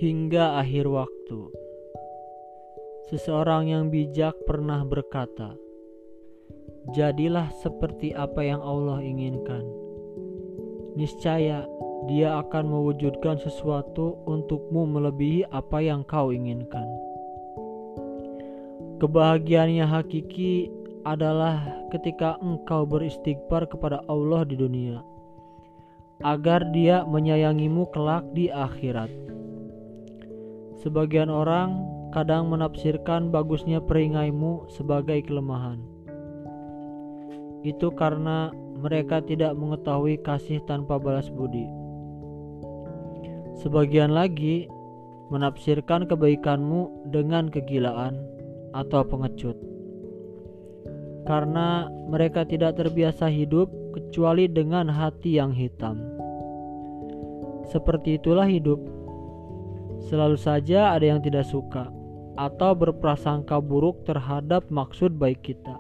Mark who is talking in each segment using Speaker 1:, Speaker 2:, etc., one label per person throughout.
Speaker 1: hingga akhir waktu. Seseorang yang bijak pernah berkata, "Jadilah seperti apa yang Allah inginkan. Niscaya Dia akan mewujudkan sesuatu untukmu melebihi apa yang kau inginkan." Kebahagiaan yang hakiki adalah ketika engkau beristighfar kepada Allah di dunia, agar Dia menyayangimu kelak di akhirat. Sebagian orang kadang menafsirkan bagusnya peringaimu sebagai kelemahan. Itu karena mereka tidak mengetahui kasih tanpa balas budi. Sebagian lagi menafsirkan kebaikanmu dengan kegilaan atau pengecut, karena mereka tidak terbiasa hidup kecuali dengan hati yang hitam. Seperti itulah hidup. Selalu saja ada yang tidak suka atau berprasangka buruk terhadap maksud baik kita.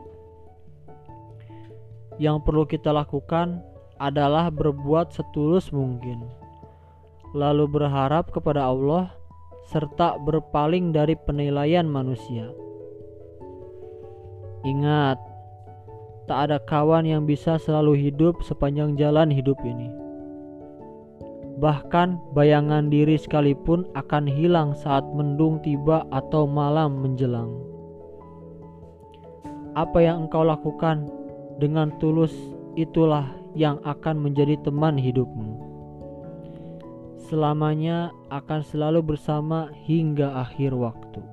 Speaker 1: Yang perlu kita lakukan adalah berbuat setulus mungkin, lalu berharap kepada Allah serta berpaling dari penilaian manusia. Ingat, tak ada kawan yang bisa selalu hidup sepanjang jalan hidup ini. Bahkan bayangan diri sekalipun akan hilang saat mendung tiba atau malam menjelang. Apa yang engkau lakukan dengan tulus, itulah yang akan menjadi teman hidupmu. Selamanya akan selalu bersama hingga akhir waktu.